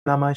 Namah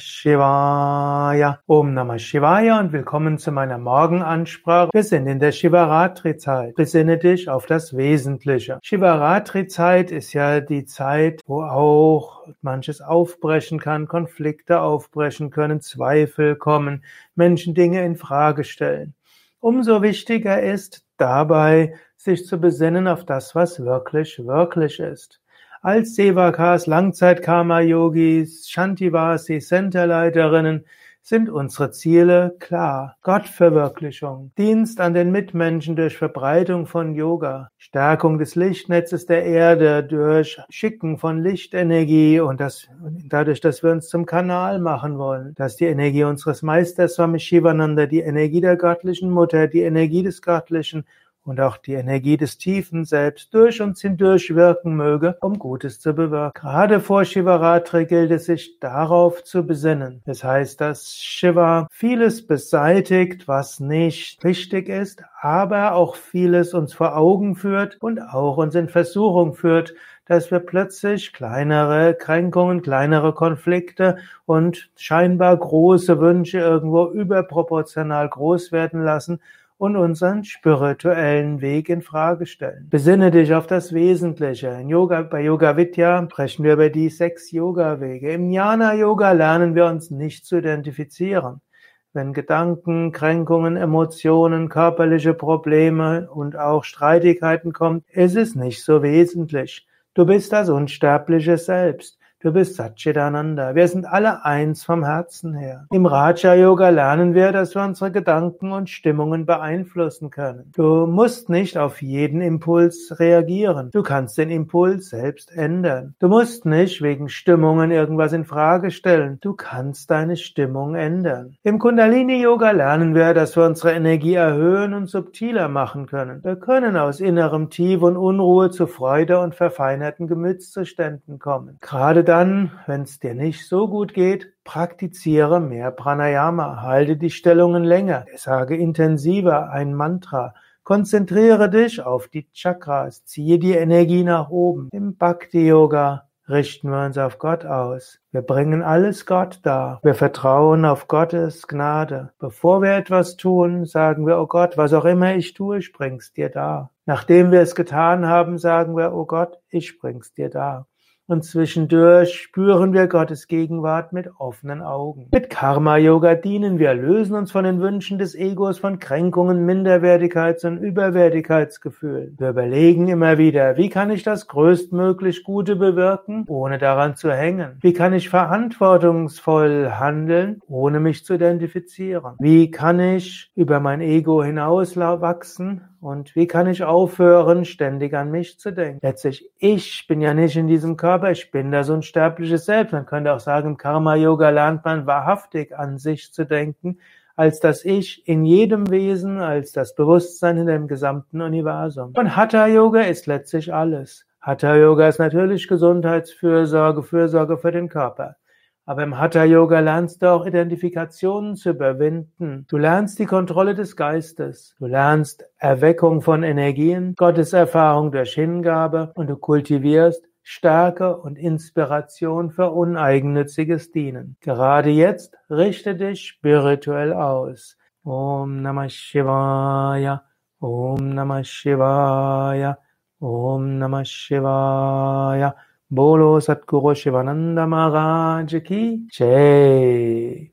Shivaya. Om Namah Shivaya und willkommen zu meiner Morgenansprache. Wir sind in der Shivaratri-Zeit. Besinne dich auf das Wesentliche. Shivaratri-Zeit ist ja die Zeit, wo auch manches aufbrechen kann, Konflikte aufbrechen können, Zweifel kommen, Menschen Dinge in Frage stellen. Umso wichtiger ist dabei, sich zu besinnen auf das, was wirklich, wirklich ist. Als Sevakas, Langzeit-Karma-Yogis, Shantivasis, Centerleiterinnen sind unsere Ziele klar. Gottverwirklichung, Dienst an den Mitmenschen durch Verbreitung von Yoga, Stärkung des Lichtnetzes der Erde durch Schicken von Lichtenergie und dadurch, dass wir uns zum Kanal machen wollen, dass die Energie unseres Meisters Swami Shivananda, die Energie der göttlichen Mutter, die Energie des Göttlichen und auch die Energie des Tiefen Selbst durch uns hindurch wirken möge, um Gutes zu bewirken. Gerade vor Shivaratri gilt es, sich darauf zu besinnen. Das heißt, dass Shiva vieles beseitigt, was nicht richtig ist, aber auch vieles uns vor Augen führt und auch uns in Versuchung führt, dass wir plötzlich kleinere Kränkungen, kleinere Konflikte und scheinbar große Wünsche irgendwo überproportional groß werden lassen und unseren spirituellen Weg in Frage stellen. Besinne dich auf das Wesentliche. Bei Yoga Vidya sprechen wir über die 6 Yoga-Wege. Im Jnana-Yoga lernen wir uns nicht zu identifizieren. Wenn Gedanken, Kränkungen, Emotionen, körperliche Probleme und auch Streitigkeiten kommen, ist es nicht so wesentlich. Du bist das unsterbliche Selbst. Du bist Satchitananda. Wir sind alle eins vom Herzen her. Im Raja Yoga lernen wir, dass wir unsere Gedanken und Stimmungen beeinflussen können. Du musst nicht auf jeden Impuls reagieren. Du kannst den Impuls selbst ändern. Du musst nicht wegen Stimmungen irgendwas in Frage stellen. Du kannst deine Stimmung ändern. Im Kundalini Yoga lernen wir, dass wir unsere Energie erhöhen und subtiler machen können. Wir können aus innerem Tief und Unruhe zu Freude und verfeinerten Gemütszuständen kommen. Gerade dann, wenn es dir nicht so gut geht, praktiziere mehr Pranayama, halte die Stellungen länger, sage intensiver ein Mantra, konzentriere dich auf die Chakras, ziehe die Energie nach oben. Im Bhakti-Yoga richten wir uns auf Gott aus. Wir bringen alles Gott dar. Wir vertrauen auf Gottes Gnade. Bevor wir etwas tun, sagen wir, oh Gott, was auch immer ich tue, ich bring's dir dar. Nachdem wir es getan haben, sagen wir, oh Gott, ich bring's dir dar. Und zwischendurch spüren wir Gottes Gegenwart mit offenen Augen. Mit Karma-Yoga dienen wir, lösen uns von den Wünschen des Egos, von Kränkungen, Minderwertigkeits- und Überwertigkeitsgefühlen. Wir überlegen immer wieder, wie kann ich das größtmöglich Gute bewirken, ohne daran zu hängen? Wie kann ich verantwortungsvoll handeln, ohne mich zu identifizieren? Wie kann ich über mein Ego hinaus wachsen? Und wie kann ich aufhören, ständig an mich zu denken? Letztlich, ich bin ja nicht in diesem Körper, ich bin das unsterbliche Selbst. Man könnte auch sagen, im Karma-Yoga lernt man wahrhaftig an sich zu denken, als das Ich in jedem Wesen, als das Bewusstsein in dem gesamten Universum. Und Hatha-Yoga ist letztlich alles. Hatha-Yoga ist natürlich Gesundheitsfürsorge, Fürsorge für den Körper. Aber im Hatha-Yoga lernst du auch Identifikationen zu überwinden. Du lernst die Kontrolle des Geistes. Du lernst Erweckung von Energien, Gotteserfahrung durch Hingabe und du kultivierst Stärke und Inspiration für uneigennütziges Dienen. Gerade jetzt richte dich spirituell aus. Om Namah Shivaya, Om Namah Shivaya, Om Namah Shivaya. Bolo Satguru Shivananda Maharaj Ki Jai.